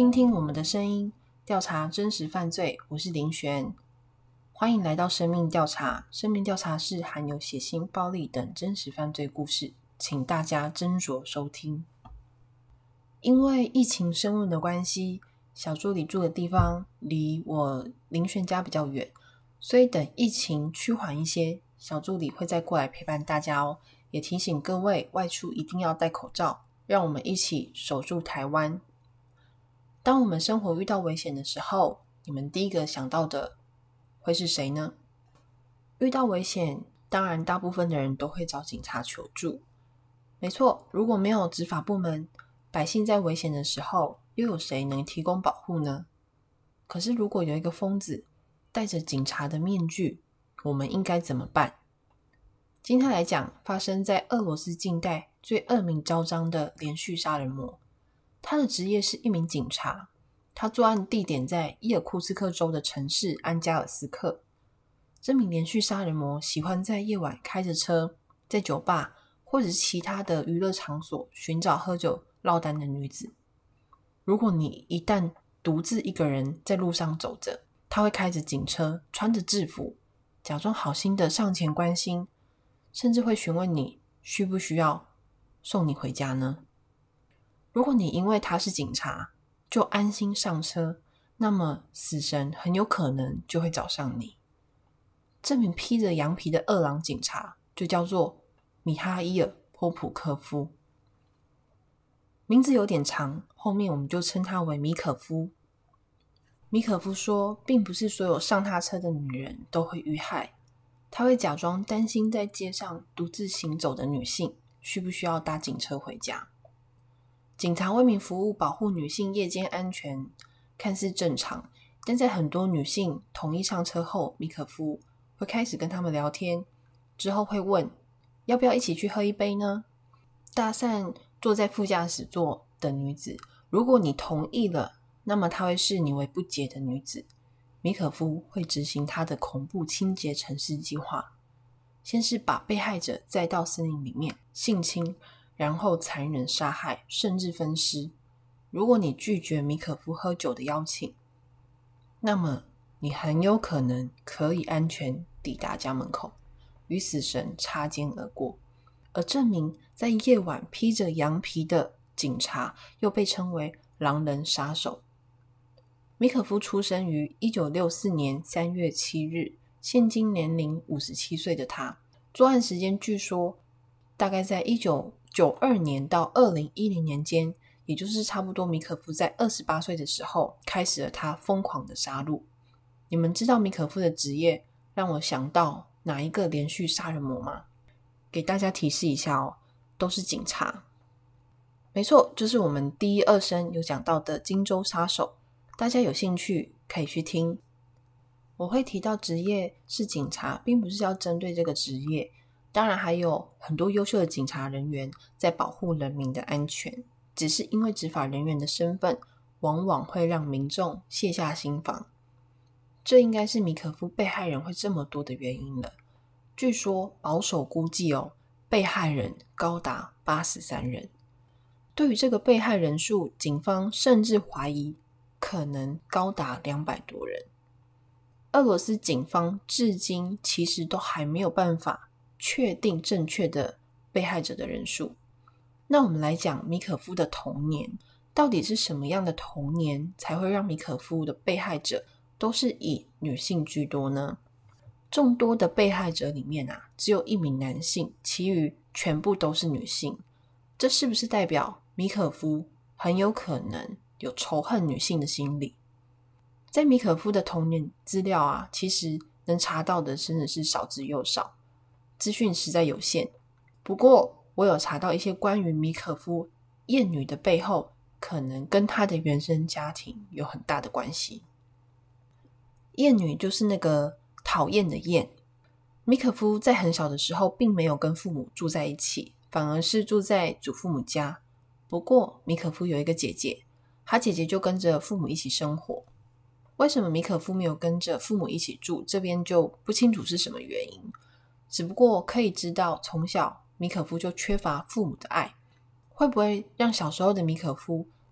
听听我们的声音，调查真实犯罪。我是林璇，欢迎来到生命调查。生命调查是含有血腥、暴力等真实犯罪故事，请大家斟酌收听。因为疫情升温的关系，小助理住的地方离我林璇家比较远，所以等疫情趋缓一些，小助理会再过来陪伴大家哦。也提醒各位外出一定要戴口罩，让我们一起守住台湾。当我们生活遇到危险的时候，你们第一个想到的会是谁呢？遇到危险，当然大部分的人都会找警察求助。没错，如果没有执法部门，百姓在危险的时候，又有谁能提供保护呢？可是如果有一个疯子戴着警察的面具，我们应该怎么办？今天来讲发生在俄罗斯近代最恶名昭彰的连续杀人魔。他的职业是一名警察，他作案地点在伊尔库茨克州的城市安加尔斯克。这名连续杀人魔喜欢在夜晚开着车，在酒吧或者是其他的娱乐场所寻找喝酒落单的女子。如果你一旦独自一个人在路上走着，他会开着警车，穿着制服，假装好心的上前关心，甚至会询问你需不需要送你回家呢？如果你因为他是警察就安心上车，那么死神很有可能就会找上你。这名披着羊皮的恶狼警察就叫做米哈伊尔·波普科夫，名字有点长，后面我们就称他为米可夫。米可夫说，并不是所有上他车的女人都会遇害，他会假装担心在街上独自行走的女性需不需要搭警车回家。警察为民服务，保护女性夜间安全，看似正常，但在很多女性同意上车后，米可夫会开始跟他们聊天，之后会问要不要一起去喝一杯呢？搭讪坐在副驾驶座的女子，如果你同意了，那么她会视你为不洁的女子。米可夫会执行他的恐怖清洁城市计划，先是把被害者载到森林里面性侵，然后残忍杀害，甚至分尸。如果你拒绝米可夫喝酒的邀请，那么你很有可能可以安全抵达家门口，与死神擦肩而过。而这名在夜晚披着羊皮的警察又被称为狼人杀手。米可夫出生于1964年3月7日，现今年龄57岁的他，作案时间据说大概在1992年到2010年间，也就是差不多米可夫在28岁的时候，开始了他疯狂的杀戮。你们知道米可夫的职业让我想到哪一个连续杀人魔吗？给大家提示一下哦，都是警察。没错，就是我们第一二声有讲到的金州杀手，大家有兴趣可以去听。我会提到职业是警察，并不是要针对这个职业，当然还有很多优秀的警察人员在保护人民的安全，只是因为执法人员的身份往往会让民众卸下心防。这应该是米可夫被害人会这么多的原因了。据说保守估计被害人高达83人。对于这个被害人数，警方甚至怀疑可能高达200多人。俄罗斯警方至今其实都还没有办法确定正确的被害者的人数。那我们来讲米可夫的童年，到底是什么样的童年才会让米可夫的被害者都是以女性居多呢？众多的被害者里面只有1名男性，其余全部都是女性。这是不是代表米可夫很有可能有仇恨女性的心理？在米可夫的童年资料其实能查到的真的是少之又少，资讯实在有限。不过我有查到一些关于米可夫厌女的背后，可能跟他的原生家庭有很大的关系。厌女就是那个讨厌的厌。米可夫在很小的时候并没有跟父母住在一起，反而是住在祖父母家。不过米可夫有一个姐姐，他姐姐就跟着父母一起生活。为什么米可夫没有跟着父母一起住，这边就不清楚是什么原因。只不过可以知道，从小米可夫就缺乏父母的爱。会不会让小时候的米可夫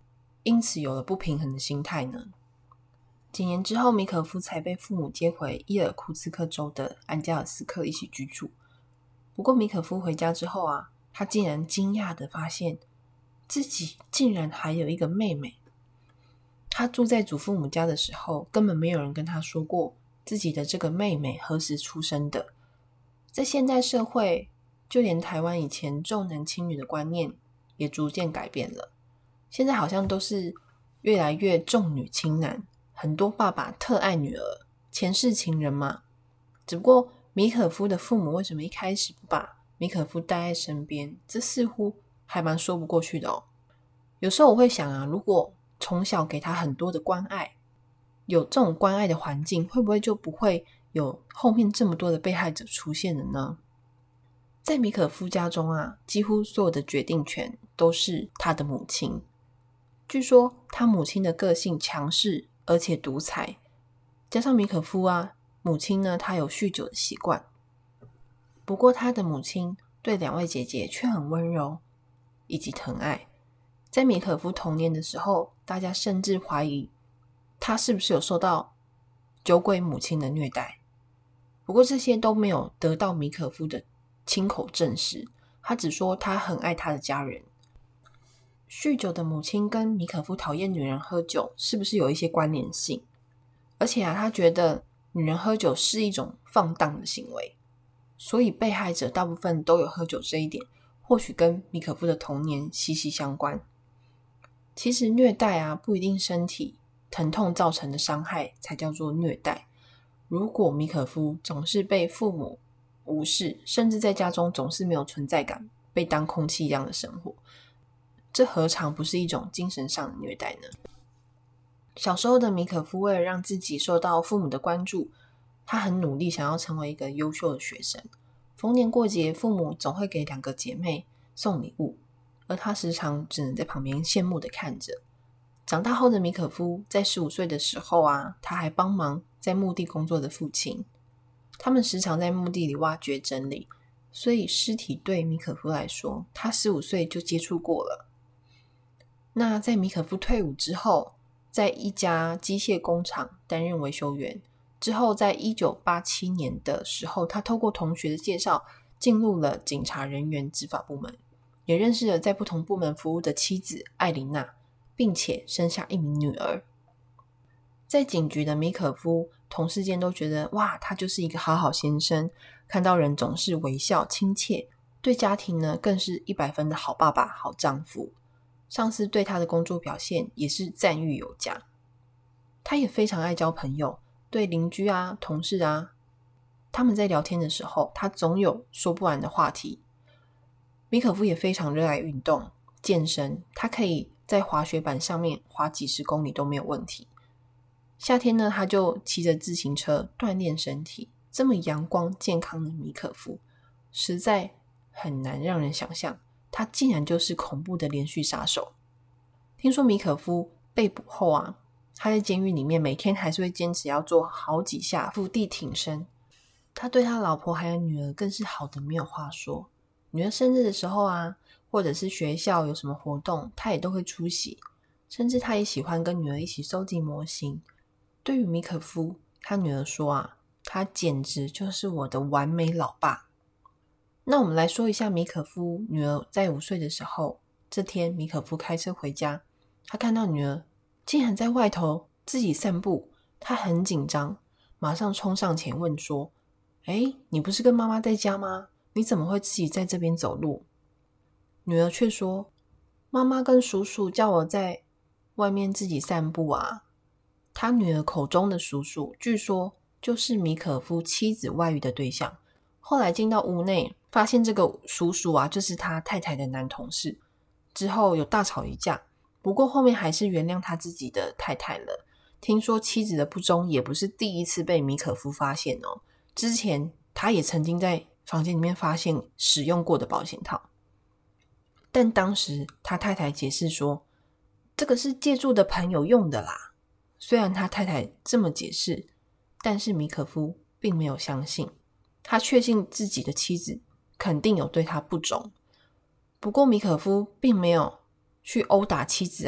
因此有了不平衡的心态呢？几年之后，米可夫才被父母接回伊尔库茨克州的安加尔斯克一起居住。不过米可夫回家之后啊，他竟然惊讶地发现自己竟然还有一个妹妹。他住在祖父母家的时候，根本没有人跟他说过自己的这个妹妹何时出生的。在现代社会，就连台湾以前重男轻女的观念也逐渐改变了，现在好像都是越来越重女轻男，很多爸爸特爱女儿，前世情人嘛。只不过米可夫的父母为什么一开始不把米可夫带在身边，这似乎还蛮说不过去的哦。有时候我会想啊，如果从小给他很多的关爱，有这种关爱的环境，会不会就不会有后面这么多的被害者出现了呢？在米可夫家中啊，几乎所有的决定权都是他的母亲。据说他母亲的个性强势而且独裁，加上米可夫啊，母亲呢，她有酗酒的习惯。不过他的母亲对两位姐姐却很温柔以及疼爱。在米可夫童年的时候，大家甚至怀疑他是不是有受到酒鬼母亲的虐待。不过这些都没有得到米可夫的亲口证实，他只说他很爱他的家人。酗酒的母亲跟米可夫讨厌女人喝酒是不是有一些关联性？而且啊，他觉得女人喝酒是一种放荡的行为，所以被害者大部分都有喝酒这一点，或许跟米可夫的童年息息相关。其实虐待啊，不一定身体疼痛造成的伤害才叫做虐待。如果米可夫总是被父母无视，甚至在家中总是没有存在感，被当空气一样的生活，这何尝不是一种精神上的虐待呢？小时候的米可夫为了让自己受到父母的关注，他很努力想要成为一个优秀的学生。逢年过节，父母总会给两个姐妹送礼物，而他时常只能在旁边羡慕的看着。长大后的米可夫在15岁的时候啊，他还帮忙在墓地工作的父亲。他们时常在墓地里挖掘真理，所以尸体对米可夫来说，他15岁就接触过了。那在米可夫退伍之后，在一家机械工厂担任维修员。之后在1987年的时候，他透过同学的介绍进入了警察人员执法部门，也认识了在不同部门服务的妻子艾琳娜，并且生下一名女儿。在警局的米可夫，同事间都觉得哇，他就是一个好好先生，看到人总是微笑亲切，对家庭呢更是100分的好爸爸好丈夫。上司对他的工作表现也是赞誉有加。他也非常爱交朋友，对邻居啊同事啊，他们在聊天的时候，他总有说不完的话题。米可夫也非常热爱运动健身，他可以在滑雪板上面滑几十公里都没有问题。夏天呢，他就骑着自行车锻炼身体。这么阳光健康的米可夫，实在很难让人想象他竟然就是恐怖的连续杀手。听说米可夫被捕后啊，他在监狱里面每天还是会坚持要做好几下伏地挺身。他对他老婆还有女儿更是好的没有话说。女儿生日的时候啊，或者是学校有什么活动，他也都会出席。甚至他也喜欢跟女儿一起收集模型。对于米可夫，他女儿说啊，他简直就是我的完美老爸。那我们来说一下米可夫女儿在5岁的时候，这天米可夫开车回家，他看到女儿竟然在外头自己散步，他很紧张，马上冲上前问说，你不是跟妈妈在家吗？你怎么会自己在这边走路？女儿却说，妈妈跟叔叔叫我在外面自己散步啊。他女儿口中的叔叔，据说就是米可夫妻子外遇的对象。后来进到屋内，发现这个叔叔啊，就是他太太的男同事。之后有大吵一架，不过后面还是原谅他自己的太太了。听说妻子的不忠也不是第一次被米可夫发现哦，之前他也曾经在房间里面发现使用过的保险套，但当时他太太解释说，这个是借住的朋友用的啦。虽然他太太这么解释，但是米可夫并没有相信，他确信自己的妻子肯定有对他不忠。不过米可夫并没有去殴打妻子啊，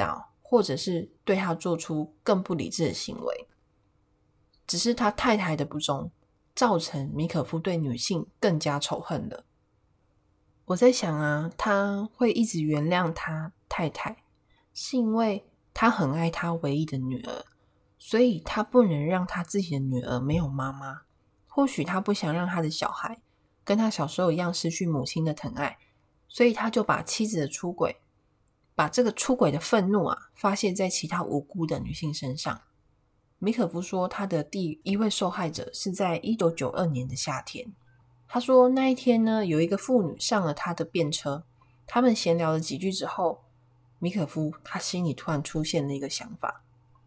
或者是对他做出更不理智的行为。只是他太太的不忠，造成米可夫对女性更加仇恨了。我在想啊，他会一直原谅他太太，是因为他很爱他唯一的女儿，所以他不能让他自己的女儿没有妈妈。或许他不想让他的小孩跟他小时候一样失去母亲的疼爱，所以他就把妻子的出轨，把这个出轨的愤怒发泄在其他无辜的女性身上。米可夫说他的第一位受害者是在1992年的夏天。他说那一天呢，有一个妇女上了他的便车，他们闲聊了几句之后，米可夫他心里突然出现了一个想法，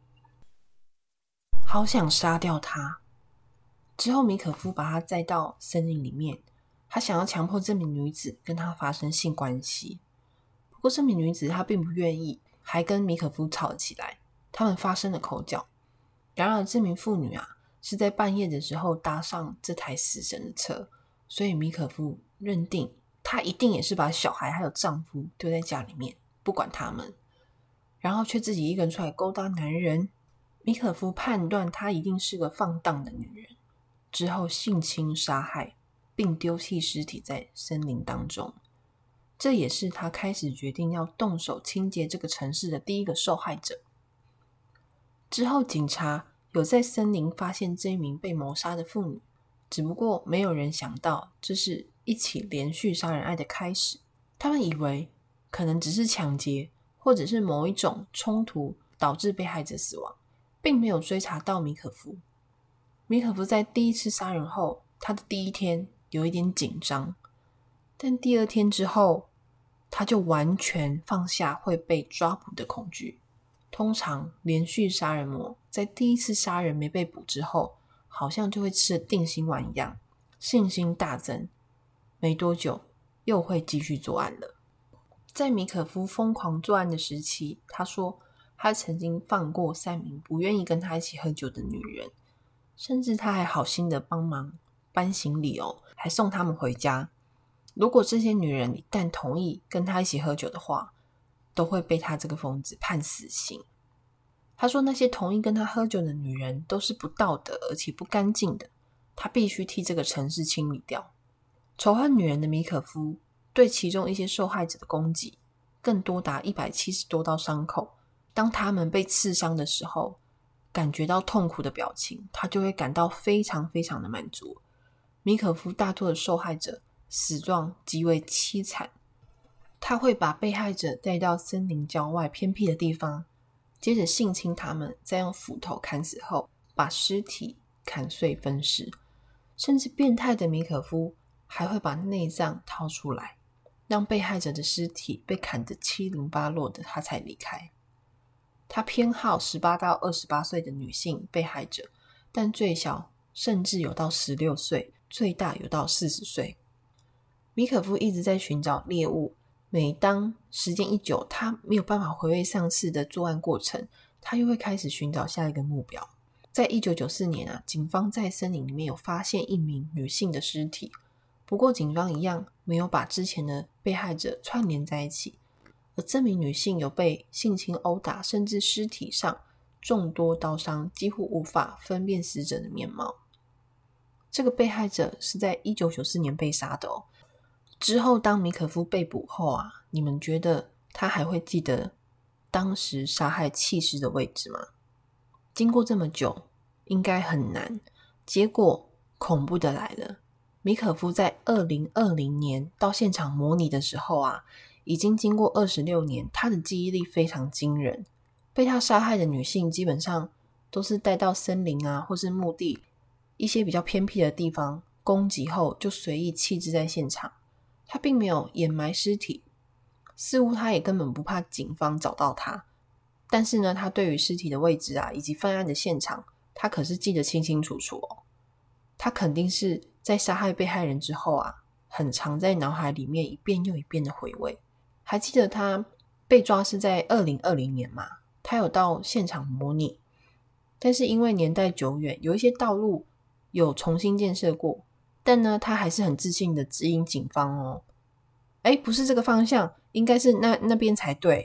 好想杀掉他。之后米可夫把他载到森林里面，他想要强迫这名女子跟他发生性关系。不过这名女子她并不愿意，还跟米可夫吵了起来，他们发生了口角。然而这名妇女是在半夜的时候搭上这台死神的车，所以米可夫认定她一定也是把小孩还有丈夫丢在家里面，不管他们，然后却自己一个人出来勾搭男人。米可夫判断她一定是个放荡的女人，之后性侵杀害并丢弃尸体在森林当中。这也是他开始决定要动手清洁这个城市的第一个受害者。之后警察有在森林发现这一名被谋杀的妇女，只不过没有人想到这是一起连续杀人案的开始。他们以为可能只是抢劫或者是某一种冲突导致被害者死亡，并没有追查到米可夫。米可夫在第一次杀人后，他的第一天有一点紧张，但第二天之后他就完全放下会被抓捕的恐惧。通常连续杀人魔在第一次杀人没被捕之后，好像就会吃了定心丸一样，信心大增，没多久又会继续作案了。在米可夫疯狂作案的时期，他说他曾经放过3名不愿意跟他一起喝酒的女人，甚至他还好心的帮忙搬行李还送他们回家。如果这些女人一旦同意跟他一起喝酒的话，都会被他这个疯子判死刑。他说那些同意跟他喝酒的女人都是不道德而且不干净的，他必须替这个城市清理掉。仇恨女人的米可夫对其中一些受害者的攻击更多达170多道伤口，当他们被刺伤的时候，感觉到痛苦的表情，他就会感到非常非常的满足。米可夫大多的受害者死状极为凄惨，他会把被害者带到森林郊外偏僻的地方，接着性侵他们，再用斧头砍死后把尸体砍碎分尸。甚至变态的米可夫还会把内脏掏出来，让被害者的尸体被砍得七零八落的他才离开。他偏好18到28岁的女性被害者，但最小甚至有到16岁，最大有到40岁。米可夫一直在寻找猎物，每当时间一久，他没有办法回味上次的作案过程，他又会开始寻找下一个目标。在1994年警方在森林里面有发现一名女性的尸体，不过警方一样没有把之前的被害者串联在一起，而这名女性有被性侵殴打，甚至尸体上众多刀伤，几乎无法分辨死者的面貌。这个被害者是在1994年被杀的之后当米可夫被捕后你们觉得他还会记得当时杀害弃尸的位置吗？经过这么久，应该很难。结果恐怖的来了，米可夫在2020年到现场模拟的时候已经经过26年，他的记忆力非常惊人。被他杀害的女性基本上都是带到森林或是墓地一些比较偏僻的地方，攻击后就随意弃置在现场。他并没有掩埋尸体，似乎他也根本不怕警方找到他。但是呢，他对于尸体的位置以及犯案的现场，他可是记得清清楚楚他肯定是在杀害被害人之后很常在脑海里面一遍又一遍的回味。还记得他被抓是在2020年嘛，他有到现场模拟，但是因为年代久远，有一些道路有重新建设过，但呢他还是很自信的指引警方不是这个方向，应该是那边才对。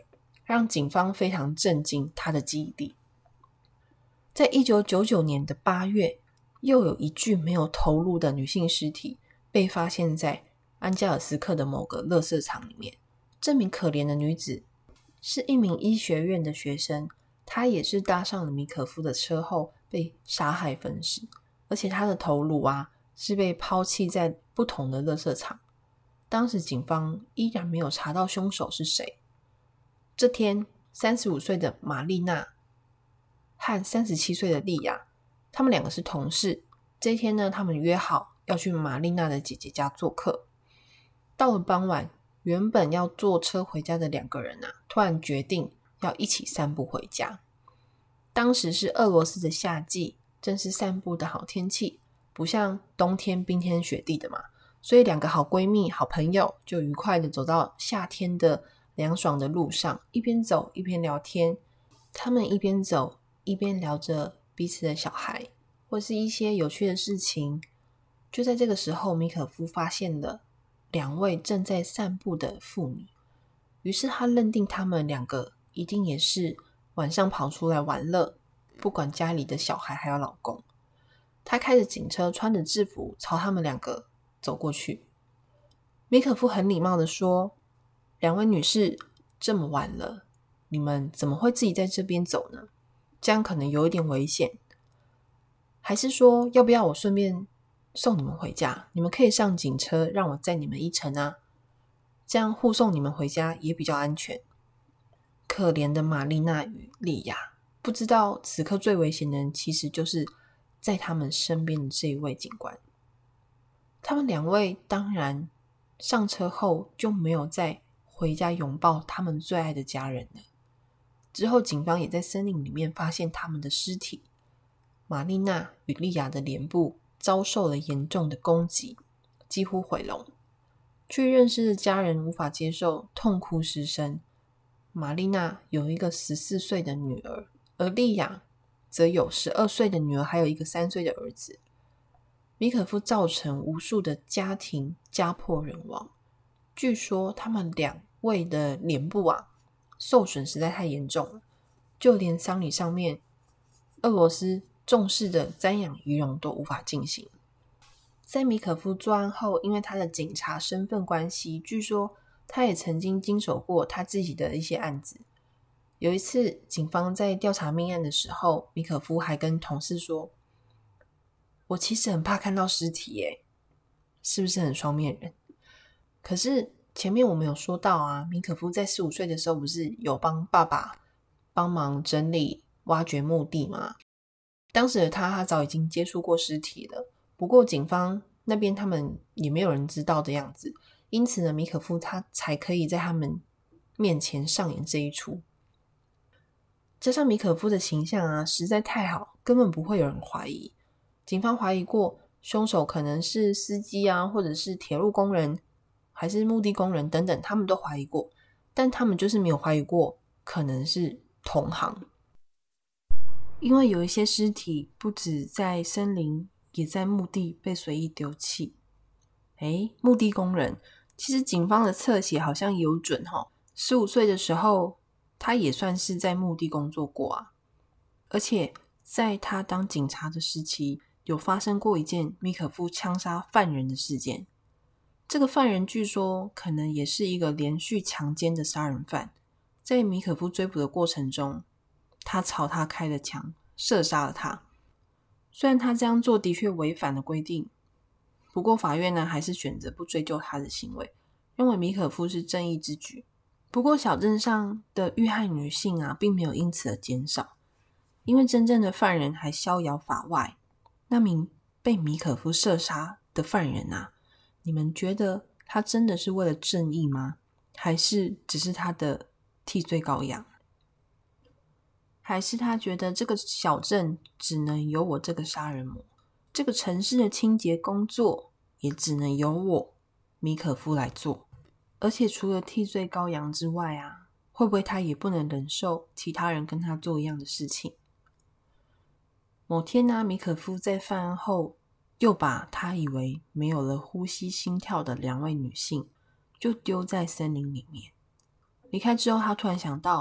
让警方非常震惊他的记忆力。在1999年的8月，又有一具没有头颅的女性尸体被发现在安加尔斯克的某个垃圾场里面。这名可怜的女子是一名医学院的学生，她也是搭上了米可夫的车后被杀害分尸，而且她的头颅是被抛弃在不同的垃圾场。当时警方依然没有查到凶手是谁。这天，35岁的玛丽娜和37岁的莉亚，他们两个是同事。这一天呢，他们约好要去玛丽娜的姐姐家做客。到了傍晚，原本要坐车回家的两个人突然决定要一起散步回家。当时是俄罗斯的夏季，正是散步的好天气，不像冬天冰天雪地的嘛，所以两个好闺蜜、好朋友就愉快的走到夏天的凉爽的路上，一边走一边聊天。他们一边走一边聊着彼此的小孩，或是一些有趣的事情。就在这个时候，米可夫发现了两位正在散步的妇女，于是他认定他们两个一定也是晚上跑出来玩乐，不管家里的小孩还有老公。他开着警车，穿着制服朝他们两个走过去。米可夫很礼貌地说，两位女士，这么晚了，你们怎么会自己在这边走呢？这样可能有一点危险。还是说要不要我顺便送你们回家？你们可以上警车，让我载你们一程这样护送你们回家也比较安全。可怜的玛丽娜与莉亚不知道此刻最危险的人其实就是在他们身边的这一位警官。他们两位当然上车后就没有再回家拥抱他们最爱的家人了。之后警方也在森林里面发现他们的尸体。玛丽娜与莉亚的脸部遭受了严重的攻击，几乎毁容。去认识的家人无法接受，痛哭失声。玛丽娜有一个14岁的女儿，而莉亚则有12岁的女儿，还有一个3岁的儿子。米可夫造成无数的家庭家破人亡。据说他们两位的脸部受损实在太严重了，就连丧礼上面俄罗斯重视的瞻仰仪容都无法进行。在米可夫作案后，因为他的警察身份关系，据说他也曾经经手过他自己的一些案子。有一次警方在调查命案的时候，米可夫还跟同事说，我其实很怕看到尸体耶，是不是很双面人？可是前面我们有说到米可夫在4、5岁的时候不是有帮爸爸帮忙整理挖掘墓地吗？当时的他早已经接触过尸体了，不过警方那边他们也没有人知道的样子，因此呢，米可夫他才可以在他们面前上演这一出。加上米可夫的形象实在太好，根本不会有人怀疑。警方怀疑过凶手可能是司机或者是铁路工人，还是墓地工人等等，他们都怀疑过，但他们就是没有怀疑过可能是同行。因为有一些尸体不止在森林，也在墓地被随意丢弃。墓地工人，其实警方的侧写好像有准15岁的时候他也算是在墓地工作过而且在他当警察的时期，有发生过一件米可夫枪杀犯人的事件。这个犯人据说可能也是一个连续强奸的杀人犯。在米可夫追捕的过程中，他朝他开了枪，射杀了他。虽然他这样做的确违反了规定，不过法院呢还是选择不追究他的行为，认为米可夫是正义之举。不过小镇上的遇害女性并没有因此而减少，因为真正的犯人还逍遥法外。那名被米可夫射杀的犯人你们觉得他真的是为了正义吗？还是只是他的替罪羔羊？还是他觉得这个小镇只能由我这个杀人魔，这个城市的清洁工作也只能由我米可夫来做？而且除了替罪羔羊之外会不会他也不能忍受其他人跟他做一样的事情？某天米可夫在犯案后，又把他以为没有了呼吸心跳的两位女性就丢在森林里面。离开之后，他突然想到，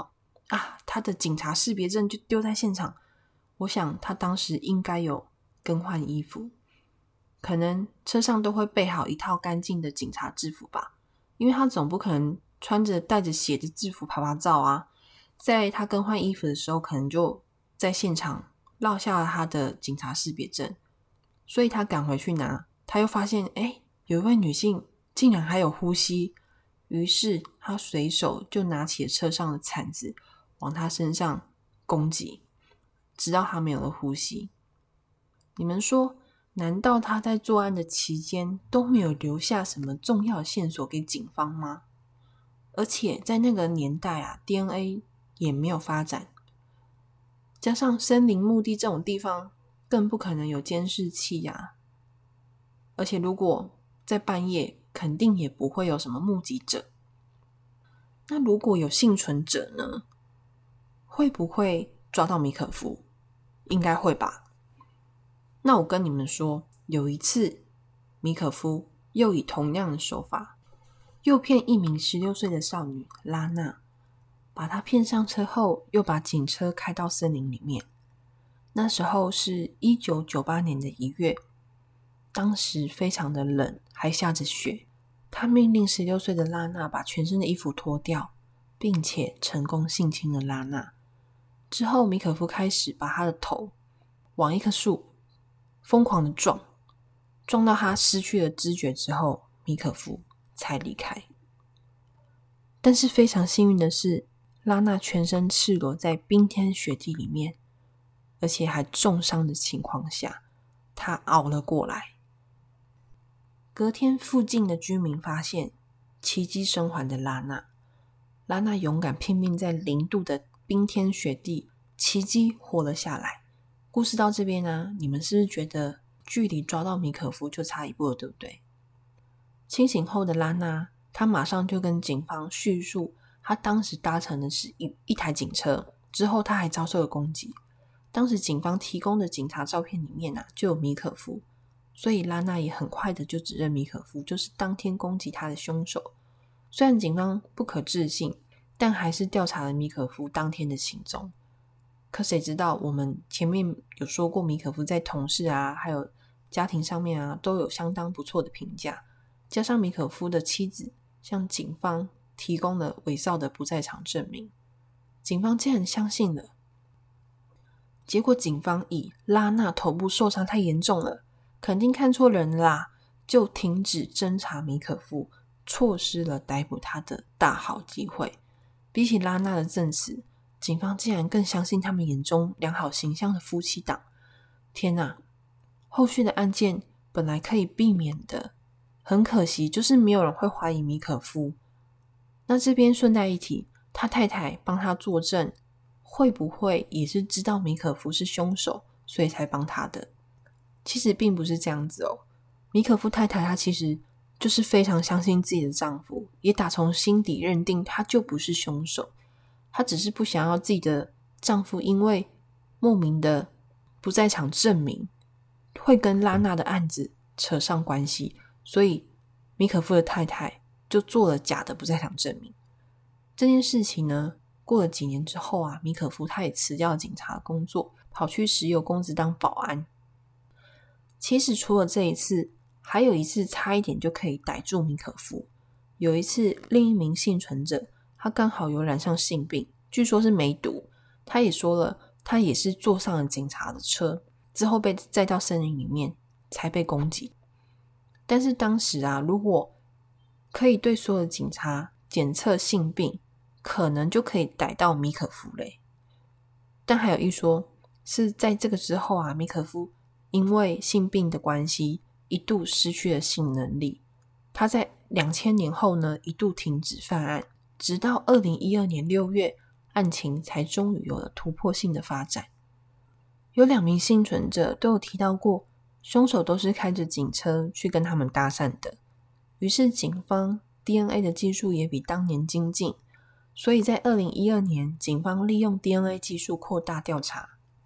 他的警察识别证就丢在现场，我想他当时应该有更换衣服，可能车上都会备好一套干净的警察制服吧，因为他总不可能穿着带着血的制服拍照啊。在他更换衣服的时候，可能就在现场落下了他的警察识别证，所以他赶回去拿，他又发现有一位女性竟然还有呼吸，于是他随手就拿起了车上的铲子往他身上攻击，直到他没有了呼吸。你们说，难道他在作案的期间都没有留下什么重要的线索给警方吗？而且在那个年代DNA 也没有发展，加上森林墓地这种地方更不可能有监视器而且如果在半夜，肯定也不会有什么目击者。那如果有幸存者呢？会不会抓到米可夫？应该会吧。那我跟你们说，有一次米可夫又以同样的手法诱骗一名16岁的少女拉娜，把她骗上车后又把警车开到森林里面。那时候是1998年的1月，当时非常的冷，还下着雪。他命令16岁的拉娜把全身的衣服脱掉，并且成功性侵了拉娜。之后米可夫开始把他的头往一棵树疯狂的撞到他失去了知觉之后，米可夫才离开。但是非常幸运的是，拉娜全身赤裸在冰天雪地里面，而且还重伤的情况下，他熬了过来。隔天附近的居民发现奇迹生还的拉娜勇敢拼命在0度的冰天雪地奇迹活了下来。故事到这边你们是不是觉得距离抓到米可夫就差一步了，对不对？清醒后的拉娜，她马上就跟警方叙述她当时搭乘的是一台警车，之后她还遭受了攻击。当时警方提供的警察照片里面就有米可夫，所以拉娜也很快的就指认米可夫就是当天攻击她的凶手。虽然警方不可置信，但还是调查了米可夫当天的行踪。可谁知道，我们前面有说过，米可夫在同事还有家庭上面都有相当不错的评价，加上米可夫的妻子向警方提供了伪造的不在场证明，警方竟然相信了。结果警方以拉娜头部受伤太严重了，肯定看错人了啦，就停止侦查米可夫，错失了逮捕他的大好机会。比起拉娜的证词，警方竟然更相信他们眼中良好形象的夫妻档。天哪，后续的案件本来可以避免的，很可惜就是没有人会怀疑米可夫。那这边顺带一提，他太太帮他作证，会不会也是知道米可夫是凶手，所以才帮他的？其实并不是这样子米可夫太太她其实就是非常相信自己的丈夫，也打从心底认定他就不是凶手。她只是不想要自己的丈夫因为莫名的不在场证明会跟拉娜的案子扯上关系，所以米可夫的太太就做了假的不在场证明。这件事情呢，过了几年之后米可夫他也辞掉了警察的工作，跑去石油公司当保安。其实除了这一次，还有一次差一点就可以逮住米可夫。有一次另一名幸存者他刚好有染上性病，据说是梅毒，他也说了他也是坐上了警察的车，之后被载到森林里面才被攻击。但是当时如果可以对所有的警察检测性病，可能就可以逮到米可夫嘞。但还有一说是在这个之后米可夫因为性病的关系一度失去了性能力，他在2000年后呢一度停止犯案，直到2012年6月，案情才终于有了突破性的发展。有2名幸存者都有提到过，凶手都是开着警车去跟他们搭讪的。于是警方 DNA 的技术也比当年精进，所以在2012年，警方利用 DNA 技术扩大调查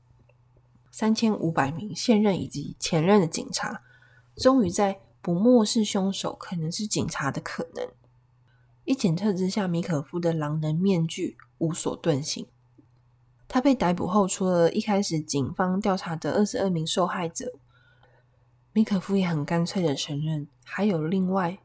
，3500名现任以及前任的警察，终于在不漠视凶手可能是警察的可能。一检测之下，米可夫的狼人面具无所遁形， 他被逮捕后，除了一开始警方调查的22名受害者，米可夫也很干脆的承认还有另外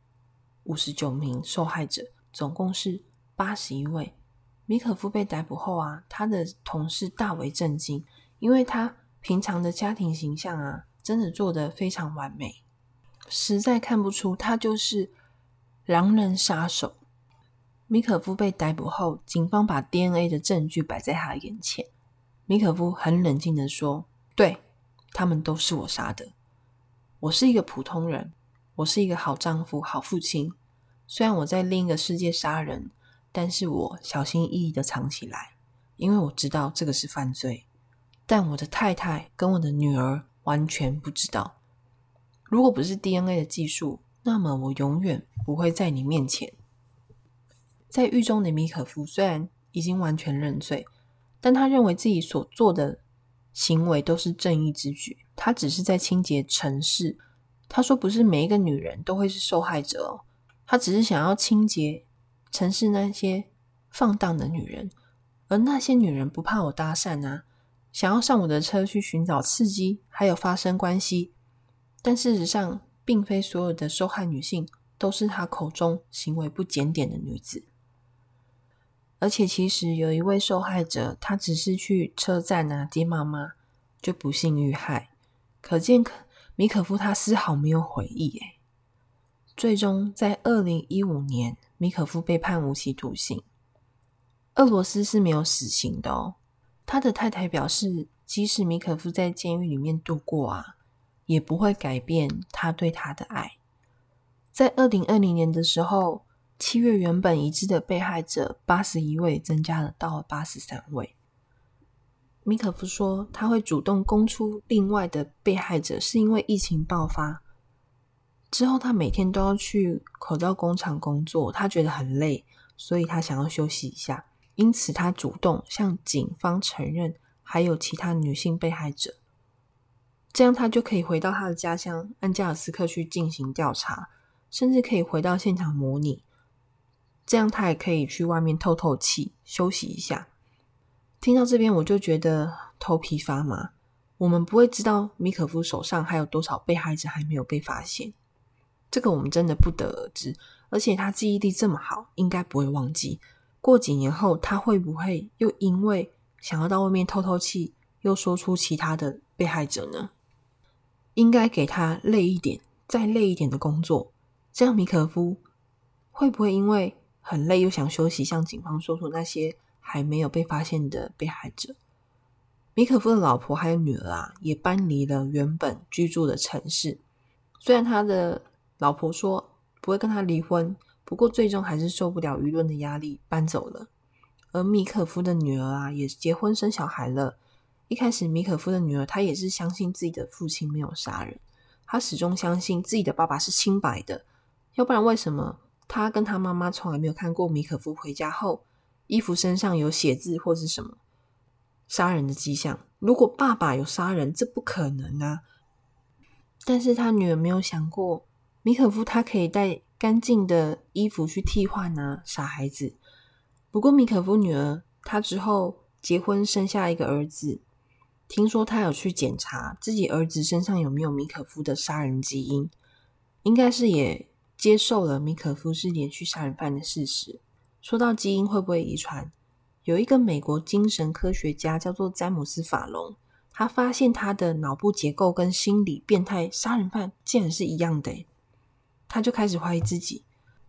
59名受害者，总共是81位。米可夫被逮捕后啊，他的同事大为震惊，因为他平常的家庭形象啊，真的做得非常完美，实在看不出他就是狼人杀手。米可夫被逮捕后，警方把 DNA 的证据摆在他的眼前。米可夫很冷静地说，对，他们都是我杀的。我是一个普通人，我是一个好丈夫、好父亲。虽然我在另一个世界杀人，但是我小心翼翼地藏起来，因为我知道这个是犯罪。但我的太太跟我的女儿完全不知道。如果不是 DNA 的技术，那么我永远不会在你面前。在狱中的米可夫虽然已经完全认罪，但他认为自己所做的行为都是正义之举，他只是在清洁城市。他说不是每一个女人都会是受害者哦，他只是想要清洁城市那些放荡的女人，而那些女人不怕我搭讪啊，想要上我的车去寻找刺激，还有发生关系。但事实上并非所有的受害女性都是他口中行为不检点的女子。而且其实有一位受害者，他只是去车站啊接妈妈，就不幸遇害。可见米可夫他丝毫没有悔意耶。最终在2015年，米可夫被判无期徒刑。俄罗斯是没有死刑的哦。他的太太表示，即使米可夫在监狱里面度过啊，也不会改变他对他的爱。在2020年的时候，7月原本已知的被害者81位增加了到83位。米可夫说他会主动供出另外的被害者，是因为疫情爆发之后，他每天都要去口罩工厂工作，他觉得很累，所以他想要休息一下，因此他主动向警方承认还有其他女性被害者，这样他就可以回到他的家乡安加尔斯克去进行调查，甚至可以回到现场模拟，这样他也可以去外面透透气，休息一下。听到这边我就觉得头皮发麻，我们不会知道米可夫手上还有多少被害者还没有被发现，这个我们真的不得而知。而且他记忆力这么好，应该不会忘记。过几年后他会不会又因为想要到外面透透气，又说出其他的被害者呢？应该给他累一点，再累一点的工作，这样米可夫会不会因为很累又想休息，向警方说出那些还没有被发现的被害者？米可夫的老婆还有女儿啊，也搬离了原本居住的城市。虽然他的老婆说不会跟他离婚，不过最终还是受不了舆论的压力搬走了。而米可夫的女儿啊，也结婚生小孩了。一开始米可夫的女儿她也是相信自己的父亲没有杀人，她始终相信自己的爸爸是清白的，要不然为什么她跟她妈妈从来没有看过米可夫回家后衣服身上有血渍或是什么杀人的迹象？如果爸爸有杀人，这不可能啊。但是她女儿没有想过米可夫他可以带干净的衣服去替换啊，傻孩子。不过米可夫女儿她之后结婚生下一个儿子，听说她有去检查自己儿子身上有没有米可夫的杀人基因，应该是也接受了米可夫是连续杀人犯的事实。说到基因会不会遗传，有一个美国精神科学家叫做詹姆斯·法隆，他发现他的脑部结构跟心理变态杀人犯竟然是一样的耶。他就开始怀疑自己，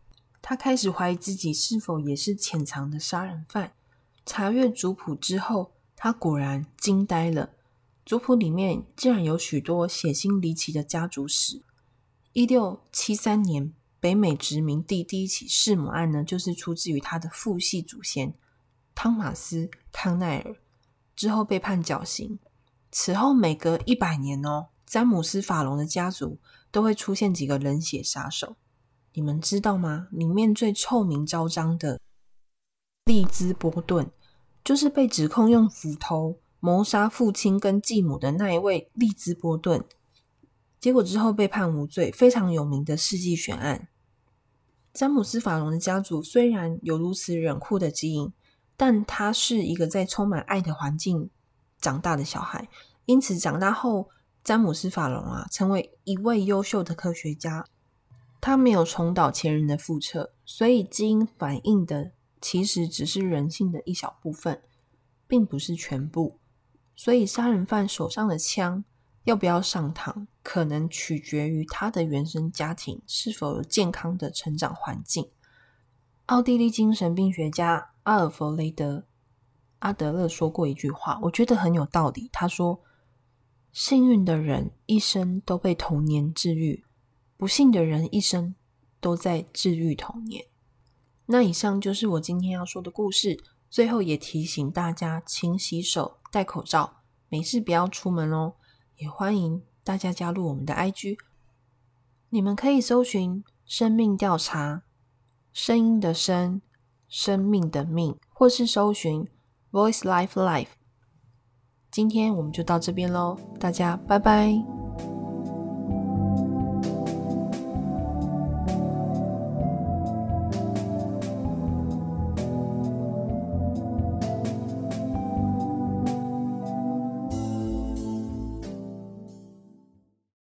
是否也是潜藏的杀人犯。查阅族谱之后，他果然惊呆了，族谱里面竟然有许多血腥离奇的家族史。1673年北美殖民地第一起弑母案呢，就是出自于他的父系祖先汤马斯·康奈尔，之后被判绞刑。此后每隔100年哦，詹姆斯·法隆的家族都会出现几个冷血杀手。你们知道吗？里面最臭名昭彰的利兹波顿，就是被指控用斧头谋杀父亲跟继母的那一位利兹波顿，结果之后被判无罪，非常有名的世纪悬案。詹姆斯·法隆的家族虽然有如此冷酷的基因， 但他是一个在充满爱的环境长大的小孩，因此长大后詹姆斯·法隆成为一位优秀的科学家。他没有重蹈前人的覆辙，所以基因反映的其实只是人性的一小部分，并不是全部。所以杀人犯手上的枪要不要上膛，可能取决于他的原生家庭是否有健康的成长环境。奥地利精神病学家阿尔弗雷德·阿德勒说过一句话，我觉得很有道理。他说，幸运的人一生都被童年治愈，不幸的人一生都在治愈童年。那以上就是我今天要说的故事，最后也提醒大家勤洗手，戴口罩，没事不要出门哦。也欢迎大家加入我们的 IG， 你们可以搜寻生命调查，声音的声，生命的命，或是搜寻 Voice Life Life。今天我们就到这边咯，大家拜拜。